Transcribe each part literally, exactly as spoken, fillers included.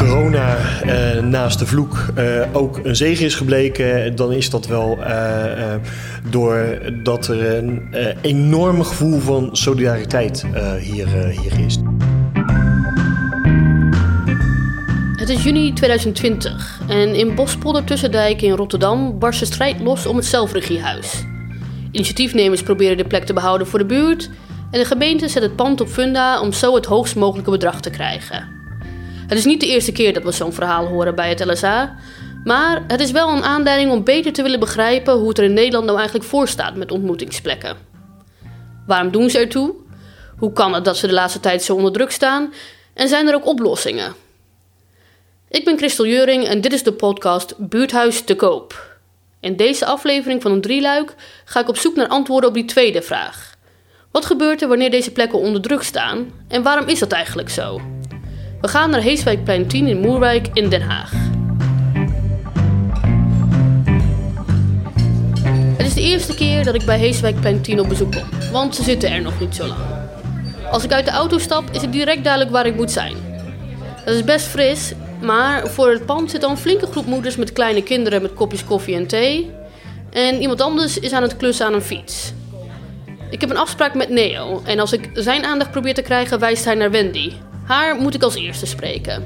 corona uh, naast de vloek uh, ook een zegen is gebleken, dan is dat wel uh, uh, doordat er een uh, enorm gevoel van solidariteit uh, hier, uh, hier is. Het is juni tweeduizend twintig en in Bospolder Tussendijk in Rotterdam barst de strijd los om het zelfregiehuis. Initiatiefnemers proberen de plek te behouden voor de buurt en de gemeente zet het pand op funda om zo het hoogst mogelijke bedrag te krijgen. Het is niet de eerste keer dat we zo'n verhaal horen bij het L S A, maar het is wel een aanleiding om beter te willen begrijpen hoe het er in Nederland nou eigenlijk voor staat met ontmoetingsplekken. Waarom doen ze ertoe? Hoe kan het dat ze de laatste tijd zo onder druk staan? En zijn er ook oplossingen? Ik ben Christel Juring en dit is de podcast Buurthuis te koop. In deze aflevering van een drieluik ga ik op zoek naar antwoorden op die tweede vraag. Wat gebeurt er wanneer deze plekken onder druk staan en waarom is dat eigenlijk zo? We gaan naar Heeswijkplein tien in Moerwijk in Den Haag. Het is de eerste keer dat ik bij Heeswijkplein tien op bezoek kom, want ze zitten er nog niet zo lang. Als ik uit de auto stap is het direct duidelijk waar ik moet zijn. Het is best fris, maar voor het pand zit al een flinke groep moeders met kleine kinderen met kopjes koffie en thee. En iemand anders is aan het klussen aan een fiets. Ik heb een afspraak met Neo en als ik zijn aandacht probeer te krijgen wijst hij naar Wendy. Haar moet ik als eerste spreken.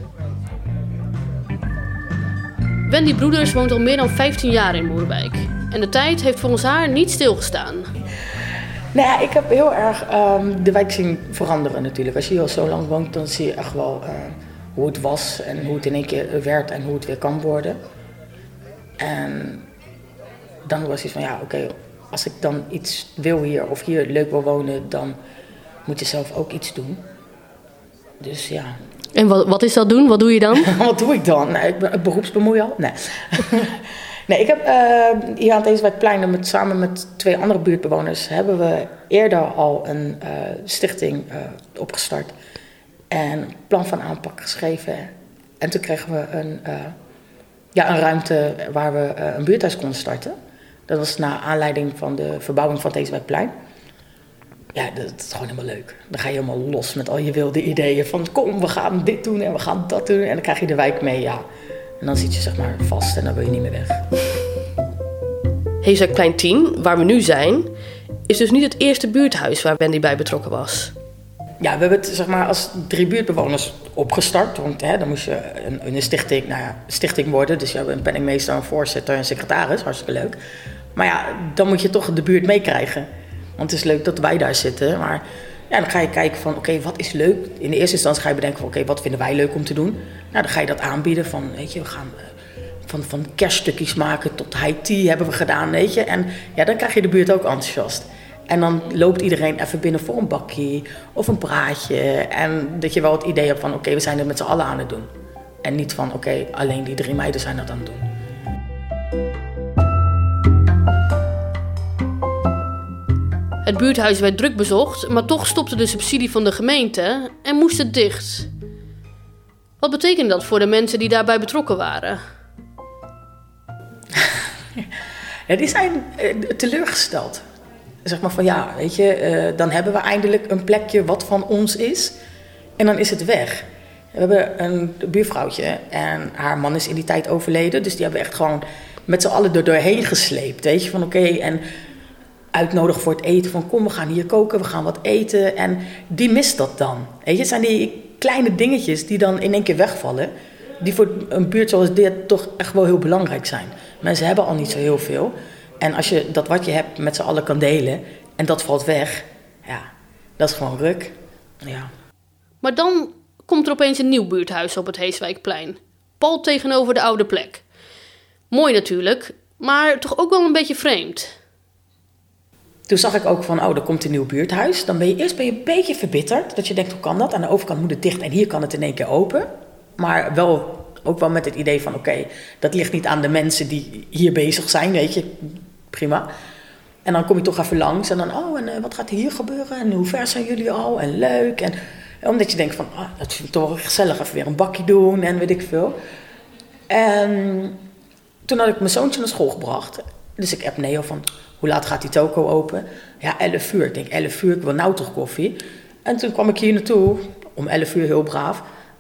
Wendy Broeders woont al meer dan vijftien jaar in Moerwijk. En de tijd heeft volgens haar niet stilgestaan. Nou ja, ik heb heel erg um, de wijk zien veranderen natuurlijk. Als je hier al zo lang woont, dan zie je echt wel uh, hoe het was en hoe het in één keer werd en hoe het weer kan worden. En dan was het van ja, oké, okay, als ik dan iets wil hier of hier leuk wil wonen, dan moet je zelf ook iets doen. Dus ja. En wat, wat is dat doen? Wat doe je dan? Wat doe ik dan? Nee, ik ben beroepsbemoei al. Nee. nee, ik heb uh, hier aan het Heeswijkplein met, samen met twee andere buurtbewoners hebben we eerder al een uh, stichting uh, opgestart. En een plan van aanpak geschreven. En toen kregen we een, uh, ja, een ruimte waar we uh, een buurthuis konden starten. Dat was naar aanleiding van de verbouwing van het Heeswijkplein. Ja, dat is gewoon helemaal leuk. Dan ga je helemaal los met al je wilde ideeën van kom, we gaan dit doen en we gaan dat doen. En dan krijg je de wijk mee, ja. En dan zit je zeg maar vast en dan wil je niet meer weg. Heeswijkplein tien, waar we nu zijn, is dus niet het eerste buurthuis waar Wendy bij betrokken was. Ja, we hebben het zeg maar als drie buurtbewoners opgestart. Want hè, dan moest je een, een stichting, nou ja, stichting worden. Dus je hebt een penningmeester, een voorzitter en een secretaris. Hartstikke leuk. Maar ja, dan moet je toch de buurt meekrijgen. Want het is leuk dat wij daar zitten, maar ja, dan ga je kijken van, oké, okay, wat is leuk? In de eerste instantie ga je bedenken van, oké, okay, wat vinden wij leuk om te doen? Nou, dan ga je dat aanbieden van, weet je, we gaan uh, van, van kerststukjes maken tot high tea hebben we gedaan, weet je. En ja, dan krijg je de buurt ook enthousiast. En dan loopt iedereen even binnen voor een bakkie of een praatje. En dat je wel het idee hebt van, oké, okay, we zijn er met z'n allen aan het doen. En niet van, oké, okay, alleen die drie meiden zijn dat aan het doen. Het buurthuis werd druk bezocht, maar toch stopte de subsidie van de gemeente en moest het dicht. Wat betekent dat voor de mensen die daarbij betrokken waren? Ja, die zijn teleurgesteld. Zeg maar van ja, weet je, dan hebben we eindelijk een plekje wat van ons is. En dan is het weg. We hebben een buurvrouwtje en haar man is in die tijd overleden. Dus die hebben echt gewoon met z'n allen er doorheen gesleept. Weet je, van oké, okay, en uitnodigen voor het eten. Van kom, we gaan hier koken, we gaan wat eten. En die mist dat dan. Weet je, het zijn die kleine dingetjes die dan in één keer wegvallen. Die voor een buurt zoals dit toch echt wel heel belangrijk zijn. Mensen hebben al niet zo heel veel. En als je dat wat je hebt met z'n allen kan delen en dat valt weg, ja, dat is gewoon ruk. Ja. Maar dan komt er opeens een nieuw buurthuis op het Heeswijkplein. Pal tegenover de oude plek. Mooi natuurlijk, maar toch ook wel een beetje vreemd. Toen zag ik ook van, oh, er komt een nieuw buurthuis. Dan ben je eerst ben je een beetje verbitterd. Dat je denkt, hoe kan dat? Aan de overkant moet het dicht en hier kan het in één keer open. Maar wel, ook wel met het idee van, oké, okay, dat ligt niet aan de mensen die hier bezig zijn, weet je. Prima. En dan kom je toch even langs en dan, oh, en uh, wat gaat hier gebeuren? En hoe ver zijn jullie al? En leuk. En omdat je denkt van, ah, dat vind ik toch wel gezellig. Even weer een bakje doen en weet ik veel. En toen had ik mijn zoontje naar school gebracht. Dus ik heb Neo van, hoe laat gaat die toko open? Ja, elf uur. Ik denk, elf uur, ik wil nou toch koffie. En toen kwam ik hier naartoe, om elf uur heel braaf.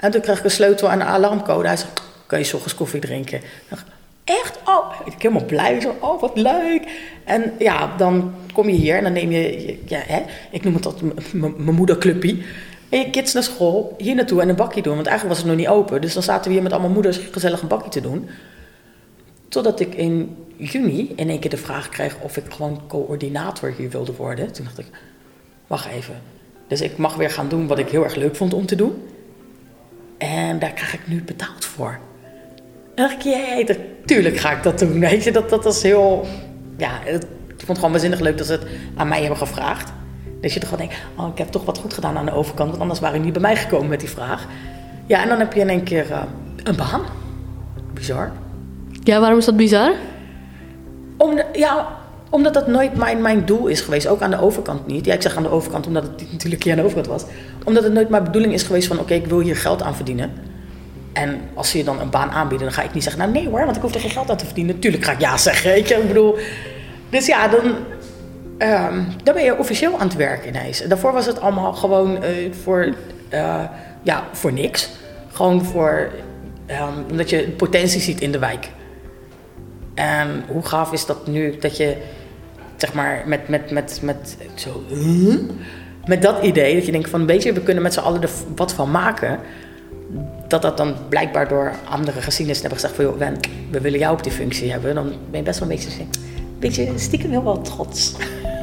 En toen kreeg ik een sleutel en een alarmcode. Hij zei, kan je 's ochtends koffie drinken? Ik dacht, echt? Oh, ik ben helemaal blij. Zo, oh, wat leuk. En ja, dan kom je hier en dan neem je, ja, hè, ik noem het dat mijn moederclubje. En je kids naar school, hier naartoe en een bakje doen. Want eigenlijk was het nog niet open. Dus dan zaten we hier met allemaal moeders gezellig een bakje te doen. Totdat ik in juni in één keer de vraag kreeg of ik gewoon coördinator hier wilde worden. Toen dacht ik, wacht even. Dus ik mag weer gaan doen wat ik heel erg leuk vond om te doen. En daar krijg ik nu betaald voor. En dan dacht ik, jee, natuurlijk ga ik dat doen. Weet je, dat, dat is heel... Ja, het, ik vond het gewoon waanzinnig leuk dat ze het aan mij hebben gevraagd. Dus je toch wel denkt, oh, ik heb toch wat goed gedaan aan de overkant. Want anders waren die niet bij mij gekomen met die vraag. Ja, en dan heb je in één keer uh, een baan. Bizar. Ja, waarom is dat bizar? Om de, ja, omdat dat nooit mijn, mijn doel is geweest. Ook aan de overkant niet. Ja, ik zeg aan de overkant omdat het natuurlijk hier aan de overkant was. Omdat het nooit mijn bedoeling is geweest van... oké, okay, ik wil hier geld aan verdienen. En als ze je dan een baan aanbieden... dan ga ik niet zeggen, nou nee hoor, want ik hoef er geen geld aan te verdienen. Tuurlijk ga ik ja zeggen, weet je. Ik bedoel... Dus ja, dan... Um, dan ben je officieel aan het werk ineens. Daarvoor was het allemaal gewoon uh, voor... Uh, ja, voor niks. Gewoon voor... Um, omdat je potentie ziet in de wijk. En hoe gaaf is dat nu dat je, zeg maar, met, met, met, met, zo, uh, met dat idee, dat je denkt van, weet je, we kunnen met z'n allen er wat van maken. Dat dat dan blijkbaar door andere gezinnen hebben gezegd van, joh, Wen, we willen jou op die functie hebben. Dan ben je best wel een beetje, een beetje stiekem heel wel trots.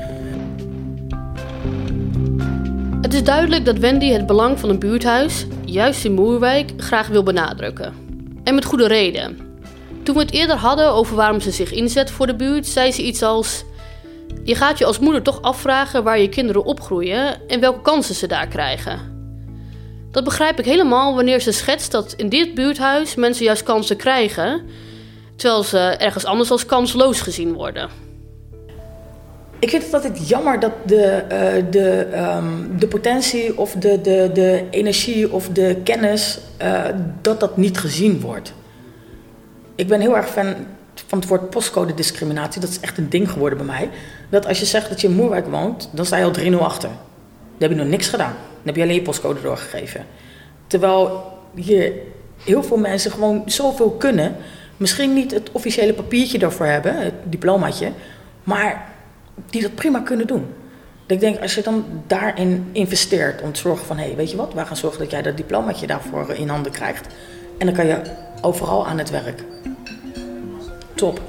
Het is duidelijk dat Wendy het belang van een buurthuis, juist in Moerwijk, graag wil benadrukken. En met goede reden. Toen we het eerder hadden over waarom ze zich inzet voor de buurt, zei ze iets als... Je gaat je als moeder toch afvragen waar je kinderen opgroeien en welke kansen ze daar krijgen. Dat begrijp ik helemaal wanneer ze schetst dat in dit buurthuis mensen juist kansen krijgen, terwijl ze ergens anders als kansloos gezien worden. Ik vind het altijd jammer dat de, uh, de, um, de potentie of de, de, de energie of de kennis, uh, dat dat niet gezien wordt. Ik ben heel erg fan van het woord postcode discriminatie. Dat is echt een ding geworden bij mij. Dat als je zegt dat je in Moerwijk woont, dan sta je al drie nul achter. Dan heb je nog niks gedaan. Dan heb je alleen je postcode doorgegeven. Terwijl hier heel veel mensen gewoon zoveel kunnen. Misschien niet het officiële papiertje daarvoor hebben, het diplomaatje, maar die dat prima kunnen doen. Dat ik denk, als je dan daarin investeert om te zorgen van, hé, hey, weet je wat, wij gaan zorgen dat jij dat diplomaatje daarvoor in handen krijgt. En dan kan je overal aan het werk. Top.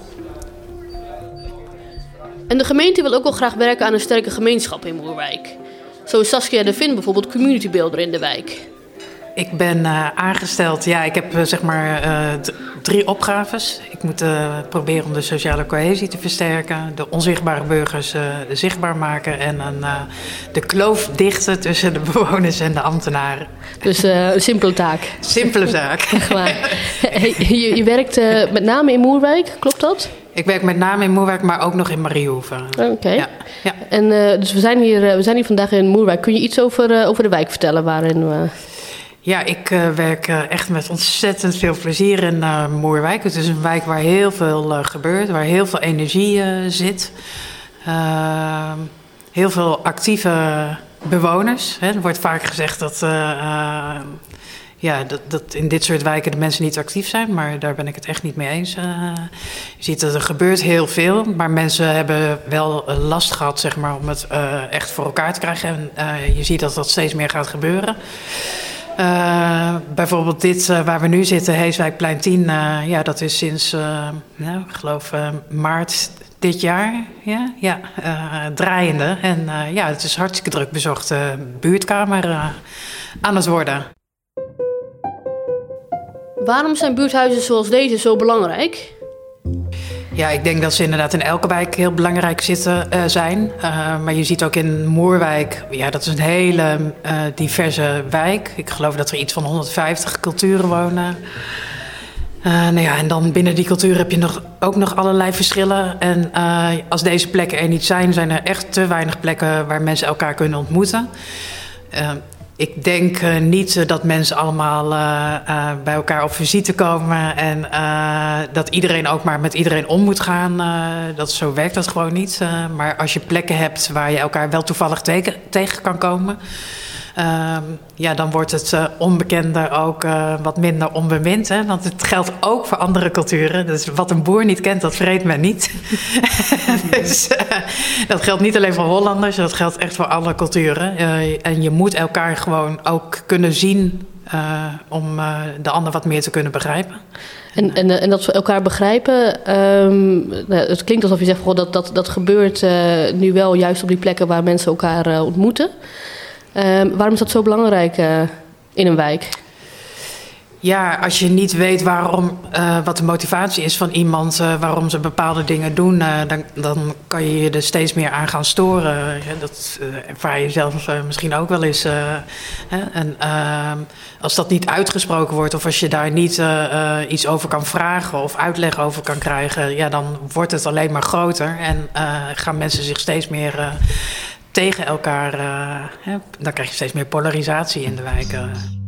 En de gemeente wil ook wel graag werken aan een sterke gemeenschap in Moerwijk. Zo is Saskia de Vin bijvoorbeeld community builder in de wijk. Ik ben uh, aangesteld, ja, ik heb uh, zeg maar uh, d- drie opgaves. Ik moet uh, proberen om de sociale cohesie te versterken, de onzichtbare burgers uh, zichtbaar maken en een, uh, de kloof dichten tussen de bewoners en de ambtenaren. Dus uh, een simpele taak. Simpele zaak. Echt waar. Hey, je, je werkt uh, met name in Moerwijk, klopt dat? Ik werk met name in Moerwijk, maar ook nog in Mariehoeven. Oké. Okay. Ja, ja. En uh, dus we zijn, hier, uh, we zijn hier vandaag in Moerwijk. Kun je iets over, uh, over de wijk vertellen waarin we... Ja, ik uh, werk uh, echt met ontzettend veel plezier in uh, Moerwijk. Het is een wijk waar heel veel uh, gebeurt, waar heel veel energie uh, zit. Uh, heel veel actieve bewoners. Hè. Er wordt vaak gezegd dat, uh, uh, ja, dat, dat in dit soort wijken de mensen niet actief zijn. Maar daar ben ik het echt niet mee eens. Uh, je ziet dat er gebeurt heel veel. Maar mensen hebben wel last gehad, zeg maar, om het uh, echt voor elkaar te krijgen. En uh, je ziet dat dat steeds meer gaat gebeuren. Uh, bijvoorbeeld dit uh, waar we nu zitten, Heeswijkplein tien, uh, ja, dat is sinds, uh, nou, ik geloof uh, maart dit jaar, ja, ja uh, draaiende. En uh, ja, het is hartstikke druk bezochte buurtkamer uh, aan het worden. Waarom zijn buurthuizen zoals deze zo belangrijk? Ja, ik denk dat ze inderdaad in elke wijk heel belangrijk zitten, uh, zijn. Uh, maar je ziet ook in Moerwijk, ja, dat is een hele uh, diverse wijk. Ik geloof dat er iets van honderdvijftig culturen wonen. Uh, nou ja, en dan binnen die cultuur heb je nog, ook nog allerlei verschillen. En uh, als deze plekken er niet zijn, zijn er echt te weinig plekken waar mensen elkaar kunnen ontmoeten. Uh, Ik denk uh, niet uh, dat mensen allemaal uh, uh, bij elkaar op visite komen en uh, dat iedereen ook maar met iedereen om moet gaan. Uh, dat, zo werkt dat gewoon niet. Uh, maar als je plekken hebt waar je elkaar wel toevallig teken, tegen kan komen, Uh, ja, dan wordt het uh, onbekende ook uh, wat minder onbemind. Hè? Want het geldt ook voor andere culturen. Dus wat een boer niet kent, dat vreet men niet. Dus uh, dat geldt niet alleen voor Hollanders, dat geldt echt voor alle culturen. Uh, en je moet elkaar gewoon ook kunnen zien uh, om uh, de ander wat meer te kunnen begrijpen. En, en, en dat we elkaar begrijpen, um, nou, het klinkt alsof je zegt goh, dat, dat dat gebeurt uh, nu wel juist op die plekken waar mensen elkaar uh, ontmoeten. Um, waarom is dat zo belangrijk uh, in een wijk? Ja, als je niet weet waarom, uh, wat de motivatie is van iemand, uh, waarom ze bepaalde dingen doen, uh, dan, dan kan je je er steeds meer aan gaan storen. Ja, dat uh, ervaar je zelf uh, misschien ook wel eens. Uh, hè? En uh, als dat niet uitgesproken wordt of als je daar niet uh, uh, iets over kan vragen of uitleg over kan krijgen, ja, dan wordt het alleen maar groter en uh, gaan mensen zich steeds meer uh, tegen elkaar. Uh, hè? Dan krijg je steeds meer polarisatie in de wijken.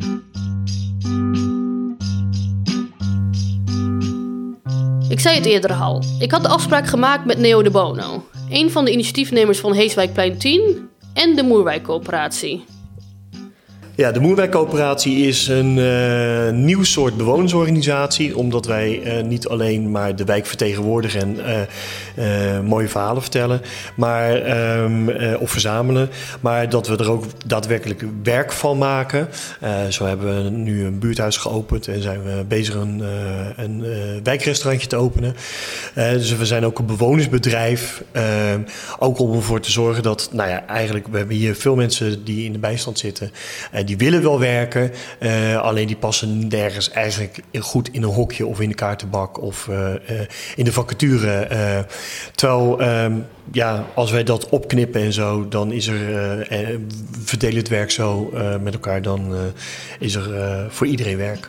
Ik zei het eerder al. Ik had de afspraak gemaakt met Neo de Bono, een van de initiatiefnemers van Heeswijkplein tien en de Moerwijkcoöperatie. Ja, de Moerwijkcoöperatie is een uh, nieuw soort bewonersorganisatie, omdat wij uh, niet alleen maar de wijk vertegenwoordigen en uh, uh, mooie verhalen vertellen, maar, um, uh, of verzamelen, maar dat we er ook daadwerkelijk werk van maken. Uh, zo hebben we nu een buurthuis geopend en zijn we bezig een, uh, een uh, wijkrestaurantje te openen. Uh, dus we zijn ook een bewonersbedrijf, uh, ook om ervoor te zorgen dat, nou ja, eigenlijk, we hebben hier veel mensen die in de bijstand zitten. Uh, Die willen wel werken, uh, alleen die passen nergens eigenlijk goed in een hokje of in de kaartenbak of uh, uh, in de vacature. Uh, terwijl, um, ja, als wij dat opknippen en zo, dan is er, uh, uh, verdelen het werk zo uh, met elkaar, dan uh, is er uh, voor iedereen werk.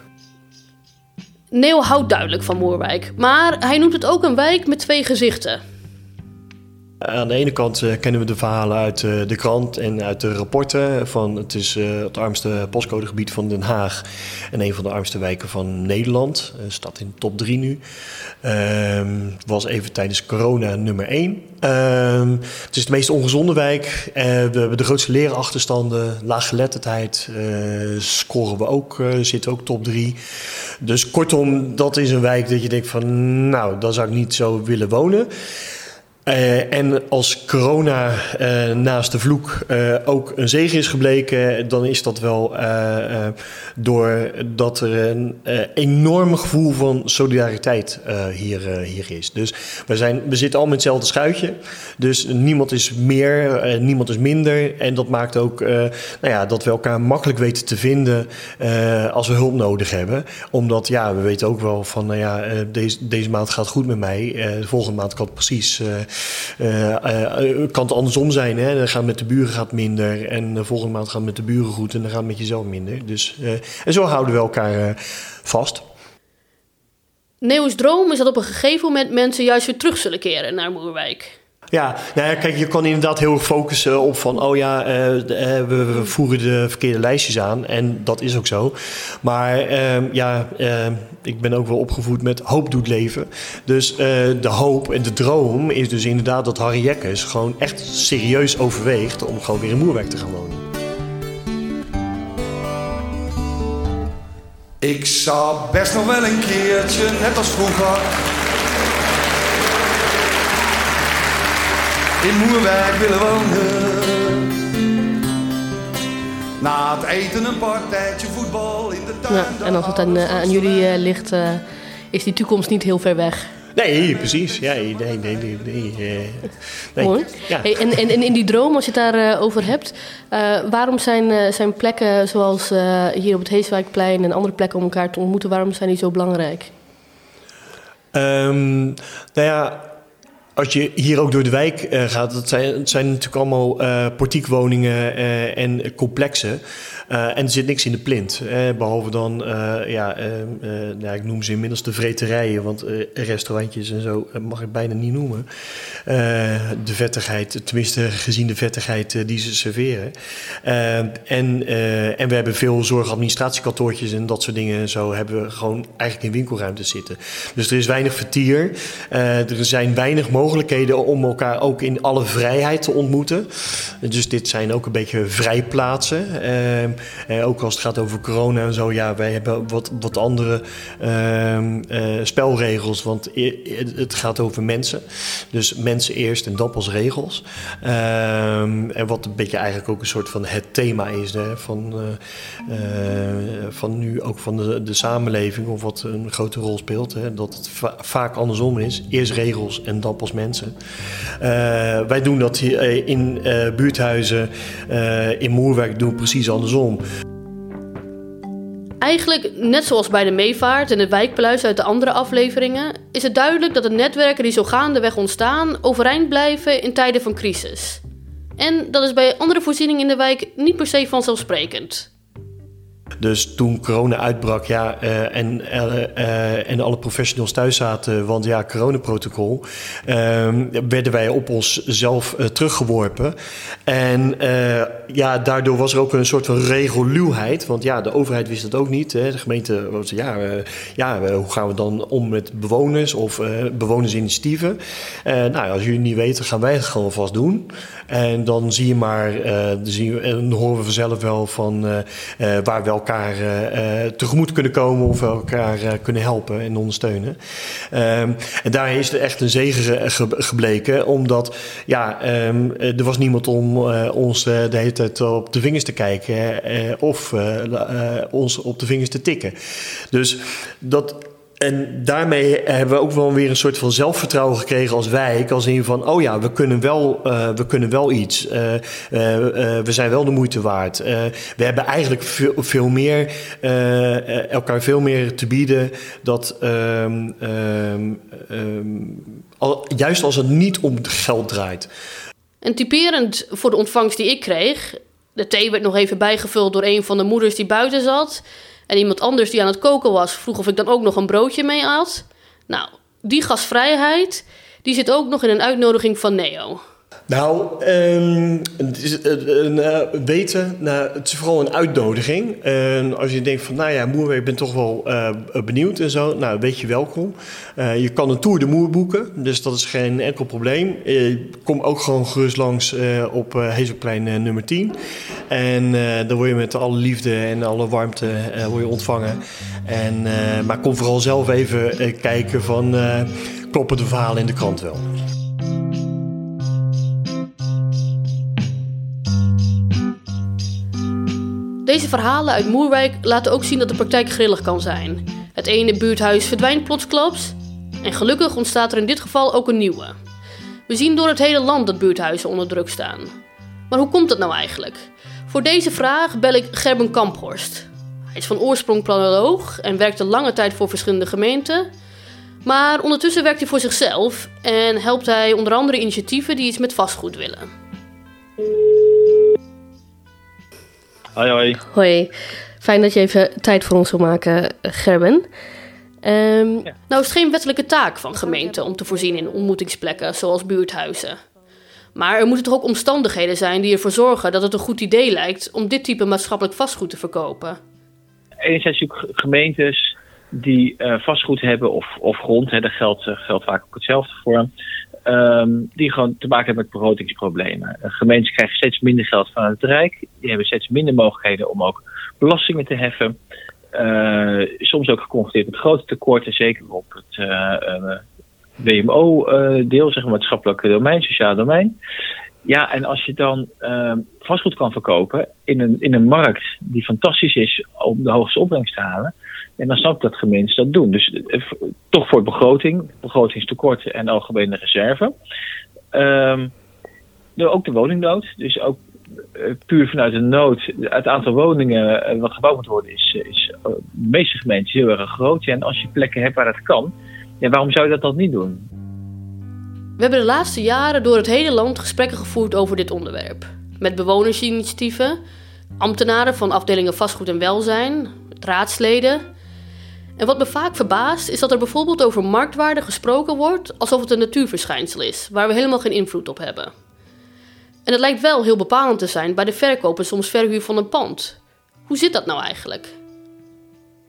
Neo houdt duidelijk van Moerwijk, maar hij noemt het ook een wijk met twee gezichten. Aan de ene kant uh, kennen we de verhalen uit uh, de krant en uit de rapporten van het is uh, het armste postcodegebied van Den Haag en een van de armste wijken van Nederland. Uh, staat in de top drie nu. Uh, was even tijdens corona nummer één. Uh, het is de meest ongezonde wijk. Uh, we hebben de grootste leerachterstanden, laaggeletterdheid uh, scoren we ook, uh, zit ook top drie. Dus kortom, dat is een wijk dat je denkt van, nou, daar zou ik niet zo willen wonen. Uh, en als corona uh, naast de vloek uh, ook een zegen is gebleken, dan is dat wel uh, uh, doordat er een uh, enorm gevoel van solidariteit uh, hier, uh, hier is. Dus we, zijn, we zitten allemaal in hetzelfde schuitje. Dus niemand is meer, uh, niemand is minder. En dat maakt ook uh, nou ja, dat we elkaar makkelijk weten te vinden uh, als we hulp nodig hebben. Omdat ja, we weten ook wel van nou ja, uh, deze, deze maand gaat goed met mij. Uh, de volgende maand kan het precies... Uh, Uh, uh, kan het andersom zijn. Hè? Dan gaat het met de buren gaat minder. En de volgende maand gaat het met de buren goed. En dan gaat het met jezelf minder. Dus, uh, en zo houden we elkaar uh, vast. Neo's droom is dat op een gegeven moment mensen juist weer terug zullen keren naar Moerwijk. Ja, nou ja, kijk, je kan inderdaad heel erg focussen op van... oh ja, uh, we, we voeren de verkeerde lijstjes aan. En dat is ook zo. Maar uh, ja, uh, ik ben ook wel opgevoed met hoop doet leven. Dus uh, de hoop en de droom is dus inderdaad dat Harry Jekkes... gewoon echt serieus overweegt om gewoon weer in Moerwijk te gaan wonen. Ik zou best nog wel een keertje, net als vroeger... in Moerwijk willen wonen. Na het eten een partijtje voetbal in de tuin. Ja, en als het aan, aan jullie uh, ligt, uh, is die toekomst niet heel ver weg. Nee, precies. Ja, nee, nee, nee, nee, nee. nee. Mooi. Ja. Hey, en, en, en in die droom, als je het daarover uh, over hebt... Uh, waarom zijn, uh, zijn plekken zoals uh, hier op het Heeswijkplein... en andere plekken om elkaar te ontmoeten... waarom zijn die zo belangrijk? Um, nou ja... Als je hier ook door de wijk uh, gaat, dat zijn, het zijn natuurlijk allemaal uh, portiekwoningen uh, en complexen. Uh, en er zit niks in de plint. Uh, behalve dan, uh, ja, uh, uh, nou, ik noem ze inmiddels de vreterijen, want uh, restaurantjes en zo uh, mag ik bijna niet noemen. Uh, de vettigheid, tenminste gezien de vettigheid uh, die ze serveren. Uh, en, uh, en we hebben veel zorgadministratiekantoortjes en dat soort dingen. Zo hebben we gewoon eigenlijk in winkelruimtes zitten. Dus er is weinig vertier. Uh, er zijn weinig mogelijkheden mogelijkheden om elkaar ook in alle vrijheid te ontmoeten. Dus dit zijn ook een beetje vrijplaatsen. Uh, uh, ook als het gaat over corona en zo. Ja, wij hebben wat, wat andere uh, uh, spelregels. Want het gaat over mensen. Dus mensen eerst en dan pas regels. Uh, en wat een beetje eigenlijk ook een soort van het thema is hè, van, uh, uh, van nu ook van de, de samenleving. Of wat een grote rol speelt. Hè, dat het va- vaak andersom is. Eerst regels en dan pas mensen. Uh, wij doen dat hier in uh, buurthuizen. Uh, in Moerwijk doen we precies andersom. Eigenlijk, net zoals bij de meevaart en het wijkpluis uit de andere afleveringen, is het duidelijk dat de netwerken die zo gaandeweg ontstaan overeind blijven in tijden van crisis. En dat is bij andere voorzieningen in de wijk niet per se vanzelfsprekend. Dus toen corona uitbrak, ja, uh, en, uh, uh, en alle professionals thuis zaten, want ja, coronaprotocol, uh, werden wij op onszelf uh, teruggeworpen. En uh, ja, daardoor was er ook een soort van regeluwheid, want ja, de overheid wist het ook niet. Hè. De gemeente was, ja, uh, ja, uh, hoe gaan we dan om met bewoners of uh, bewonersinitiatieven? Uh, nou, als jullie niet weten, gaan wij het gewoon vast doen. En dan zie je maar, uh, dan, zie je, dan horen we vanzelf wel van uh, uh, waar we elkaar uh, tegemoet kunnen komen of elkaar uh, kunnen helpen en ondersteunen. Um, en daar is er echt een zegen ge- gebleken, omdat ja, um, er was niemand om uh, ons uh, de hele tijd op de vingers te kijken uh, of uh, uh, ons op de vingers te tikken. Dus dat... En daarmee hebben we ook wel weer een soort van zelfvertrouwen gekregen als wijk. Als in van, oh ja, we kunnen wel, uh, we kunnen wel iets. Uh, uh, uh, we zijn wel de moeite waard. Uh, we hebben eigenlijk veel, veel meer, uh, elkaar veel meer te bieden. Dat, um, um, um, al, juist als het niet om geld draait. En typerend voor de ontvangst die ik kreeg, de thee werd nog even bijgevuld door een van de moeders die buiten zat. En iemand anders die aan het koken was, vroeg of ik dan ook nog een broodje mee at. Nou, die gastvrijheid, die zit ook nog in een uitnodiging van Neo. Nou, um, het is, uh, uh, weten, nou, het is vooral een uitnodiging. En uh, als je denkt van, nou ja, Moerwijk, ik ben toch wel uh, benieuwd en zo. Nou, weet je welkom. Uh, je kan een Tour de Moer boeken, dus dat is geen enkel probleem. Uh, kom ook gewoon gerust langs uh, op uh, Hezelplein uh, nummer tien. En uh, dan word je met alle liefde en alle warmte uh, word je ontvangen. En, uh, maar kom vooral zelf even uh, kijken van, uh, kloppen de verhalen in de krant wel. Deze verhalen uit Moerwijk laten ook zien dat de praktijk grillig kan zijn. Het ene buurthuis verdwijnt plotsklaps en gelukkig ontstaat er in dit geval ook een nieuwe. We zien door het hele land dat buurthuizen onder druk staan. Maar hoe komt dat nou eigenlijk? Voor deze vraag bel ik Gerben Kamphorst. Hij is van oorsprong planoloog en werkte lange tijd voor verschillende gemeenten. Maar ondertussen werkt hij voor zichzelf en helpt hij onder andere initiatieven die iets met vastgoed willen. Hoi, hoi. Hoi, fijn dat je even tijd voor ons wil maken, Gerben. Um, ja. Nou is het geen wettelijke taak van gemeenten om te voorzien in ontmoetingsplekken zoals buurthuizen. Maar er moeten toch ook omstandigheden zijn die ervoor zorgen dat het een goed idee lijkt om dit type maatschappelijk vastgoed te verkopen. Enerzijds natuurlijk gemeentes die uh, vastgoed hebben of, of grond, hè, daar geldt, uh, geldt vaak ook hetzelfde voor. Um, die gewoon te maken hebben met begrotingsproblemen. Uh, gemeentes krijgen steeds minder geld van het Rijk. Die hebben steeds minder mogelijkheden om ook belastingen te heffen. Uh, soms ook geconfronteerd met grote tekorten, zeker op het uh, uh, W M O-deel, uh, zeg maar maatschappelijk domein, sociaal domein. Ja, en als je dan uh, vastgoed kan verkopen in een, in een markt die fantastisch is om de hoogste opbrengst te halen, en dan snap ik dat gemeentes dat doen. Dus uh, toch voor begroting, begrotingstekorten en algemene reserve. Um, ook de woningnood. Dus ook uh, puur vanuit de nood. Het aantal woningen uh, wat gebouwd moet worden is, is uh, de meeste gemeentes heel erg groot. Ja, en als je plekken hebt waar dat kan, ja, waarom zou je dat dan niet doen? We hebben de laatste jaren door het hele land gesprekken gevoerd over dit onderwerp. Met bewonersinitiatieven, ambtenaren van afdelingen vastgoed en welzijn, raadsleden. En wat me vaak verbaast is dat er bijvoorbeeld over marktwaarde gesproken wordt alsof het een natuurverschijnsel is, waar we helemaal geen invloed op hebben. En het lijkt wel heel bepalend te zijn bij de verkoop en soms verhuur van een pand. Hoe zit dat nou eigenlijk?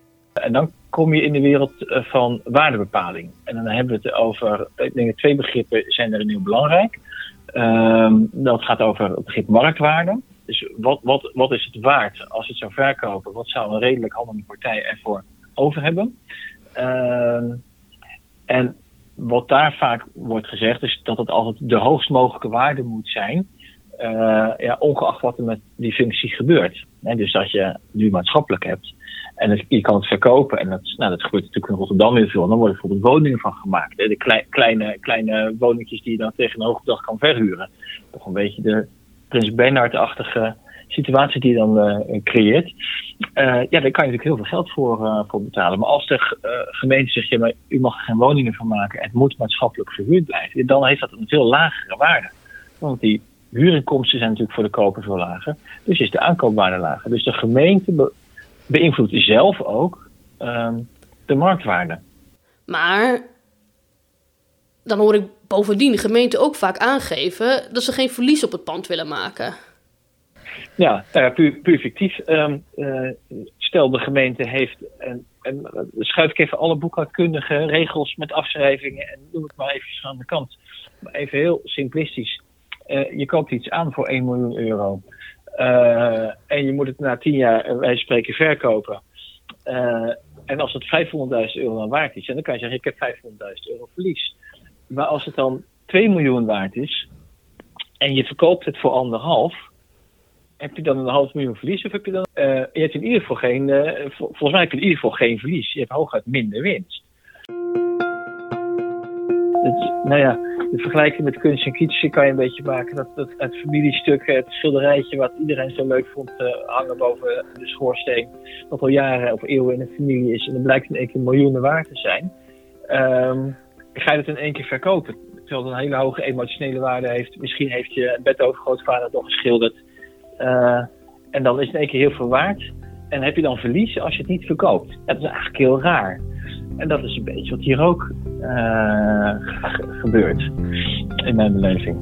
en dan kom je in de wereld uh, van waardebepaling. En dan hebben we het over, ik denk dat twee begrippen zijn er heel belangrijk. Uh, dat gaat over het begrip marktwaarde. Dus wat, wat, wat is het waard als je het zou verkopen? Wat zou een redelijk handelende partij ervoor over hebben? Uh, en wat daar vaak wordt gezegd is dat het altijd de hoogst mogelijke waarde moet zijn. Uh, ja, ongeacht wat er met die functie gebeurt. He, dus als je nu maatschappelijk hebt en het, je kan het verkopen, en dat, nou, dat gebeurt natuurlijk in Rotterdam heel veel, dan worden er bijvoorbeeld woningen van gemaakt. He, de klei, kleine, kleine woningjes die je dan tegen een hoge dag kan verhuren. Toch een beetje de Prins Bernhard-achtige situatie die je dan uh, creëert. Uh, ja, daar kan je natuurlijk heel veel geld voor, uh, voor betalen. Maar als de uh, gemeente zegt, ja, maar u mag er geen woningen van maken en het moet maatschappelijk verhuurd blijven, dan heeft dat een veel lagere waarde. Want die huurinkomsten zijn natuurlijk voor de koper veel lager. Dus is de aankoopwaarde lager. Dus de gemeente be- beïnvloedt zelf ook um, de marktwaarde. Maar dan hoor ik bovendien de gemeente ook vaak aangeven dat ze geen verlies op het pand willen maken. Ja, uh, puur, puur fictief. Um, uh, stel de gemeente heeft, en, en uh, schuif ik even alle boekhoudkundige regels met afschrijvingen en doe het maar even aan de kant. Maar even heel simplistisch. Uh, je koopt iets aan voor één miljoen euro. Uh, en je moet het na tien jaar, uh, wij spreken, verkopen. Uh, en als het vijfhonderdduizend euro dan waard is, dan kan je zeggen, ik heb vijfhonderdduizend euro verlies. Maar als het dan twee miljoen waard is en je verkoopt het voor anderhalf, heb je dan een half miljoen verlies of heb je dan... Uh, je hebt in ieder geval geen... Uh, vol, volgens mij heb je in ieder geval geen verlies. Je hebt hooguit minder winst. Het, nou ja, de vergelijking met kunst en kitsch kan je een beetje maken. Dat, dat het familiestuk, het schilderijtje wat iedereen zo leuk vond uh, hangen boven de schoorsteen, dat al jaren of eeuwen in de familie is en dan blijkt in één keer miljoenen waard te zijn. Um, ga je het in één keer verkopen, terwijl het een hele hoge emotionele waarde heeft. Misschien heeft je bedovergrootvader nog geschilderd. Uh, en dan is het in één keer heel veel waard. En heb je dan verlies als je het niet verkoopt. Ja, dat is eigenlijk heel raar. En dat is een beetje wat hier ook uh, gebeurt. In mijn beleving.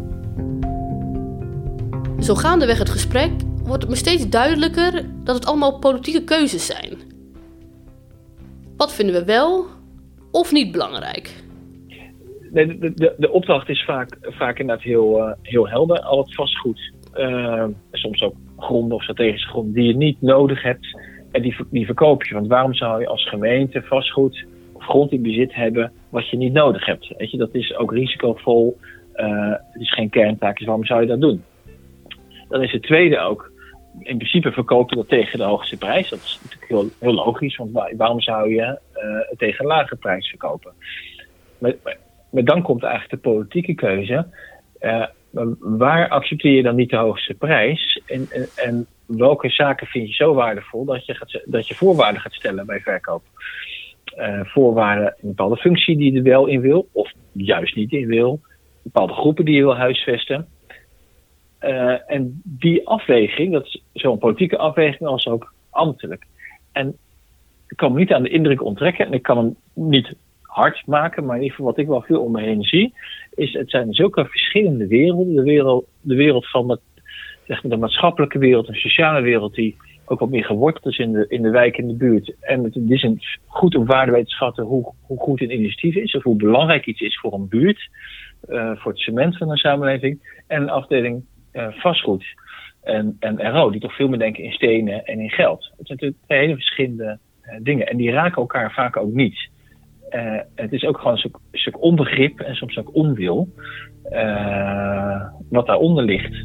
Zo gaandeweg het gesprek wordt het me steeds duidelijker dat het allemaal politieke keuzes zijn. Wat vinden we wel of niet belangrijk? De, de, de, de opdracht is vaak, vaak inderdaad heel, uh, heel helder. Al het vastgoed. Uh, soms ook gronden of strategische gronden die je niet nodig hebt. En die, die verkoop je. Want waarom zou je als gemeente vastgoed of grond in bezit hebben wat je niet nodig hebt? Weet je, dat is ook risicovol. Uh, het is geen kerntaak. Dus waarom zou je dat doen? Dan is het tweede ook. In principe verkopen dat tegen de hoogste prijs. Dat is natuurlijk heel, heel logisch. Want waarom zou je uh, het tegen een lage prijs verkopen? Maar, maar, maar dan komt eigenlijk de politieke keuze. Uh, waar accepteer je dan niet de hoogste prijs? En, en, en welke zaken vind je zo waardevol dat je, gaat, dat je voorwaarden gaat stellen bij verkoop? Uh, voorwaarden, een bepaalde functie die je er wel in wil, of juist niet in wil. Bepaalde groepen die je wil huisvesten. Uh, en die afweging, dat is zo'n politieke afweging als ook ambtelijk. En ik kan me niet aan de indruk onttrekken en ik kan hem niet hard maken, maar in ieder geval wat ik wel veel om me heen zie, is het zijn zulke verschillende werelden. De wereld, de wereld van de, zeg maar de maatschappelijke wereld, de sociale wereld, die ook wat meer geworteld is in de, in de wijk, in de buurt. En het is een goed om waarde weten te schatten hoe, hoe goed een initiatief is, of hoe belangrijk iets is voor een buurt, uh, voor het cement van een samenleving. En een afdeling uh, vastgoed en, en R O, die toch veel meer denken in stenen en in geld. Het zijn natuurlijk twee hele verschillende uh, dingen. En die raken elkaar vaak ook niet. Uh, het is ook gewoon een stuk, een stuk onbegrip en soms ook onwil uh, wat daaronder ligt.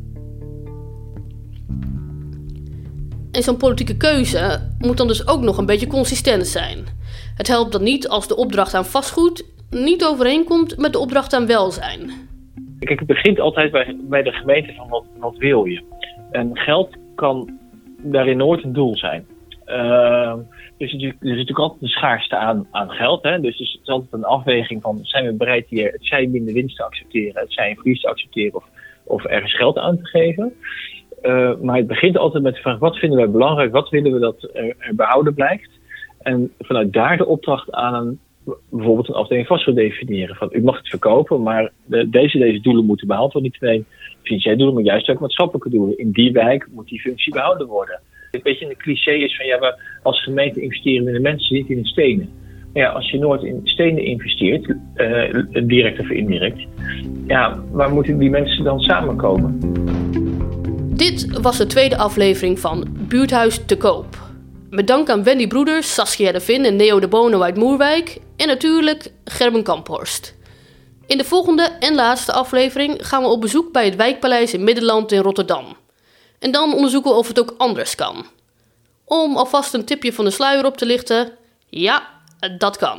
En zo'n politieke keuze moet dan dus ook nog een beetje consistent zijn. Het helpt dan niet als de opdracht aan vastgoed niet overeenkomt met de opdracht aan welzijn. Kijk, het begint altijd bij, bij de gemeente van wat, wat wil je. En geld kan daarin nooit een doel zijn. Uh, dus er is natuurlijk altijd een schaarste aan, aan geld. Hè? Dus het is altijd een afweging van, zijn we bereid hier het zij minder winst te accepteren, het zij verlies te accepteren of, of ergens geld aan te geven. Uh, maar het begint altijd met de vraag, wat vinden wij belangrijk, wat willen we dat er, er behouden blijft? En vanuit daar de opdracht aan een, bijvoorbeeld een afdeling vast wil definiëren. Van, u mag het verkopen, maar de, deze, deze doelen moeten behaald worden. Niet alleen financiële doelen, maar juist ook maatschappelijke doelen. In die wijk moet die functie behouden worden. Een beetje een cliché is van ja, we als gemeente investeren in de mensen, niet in de stenen. Maar ja, als je nooit in stenen investeert, uh, direct of indirect, ja, waar moeten die mensen dan samenkomen? Dit was de tweede aflevering van Buurthuis te koop. Met dank aan Wendy Broeders, Saskia de Vin en Neo de Bono uit Moerwijk en natuurlijk Gerben Kamphorst. In de volgende en laatste aflevering gaan we op bezoek bij het Wijkpaleis in Middenland in Rotterdam. En dan onderzoeken we of het ook anders kan. Om alvast een tipje van de sluier op te lichten, ja, dat kan.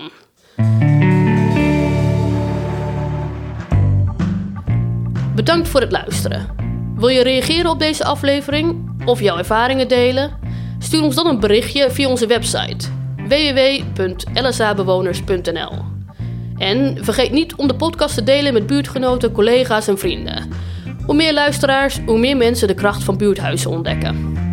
Bedankt voor het luisteren. Wil je reageren op deze aflevering of jouw ervaringen delen? Stuur ons dan een berichtje via onze website w w w punt l s a bewoners punt n l. En vergeet niet om de podcast te delen met buurtgenoten, collega's en vrienden. Hoe meer luisteraars, hoe meer mensen de kracht van buurthuizen ontdekken.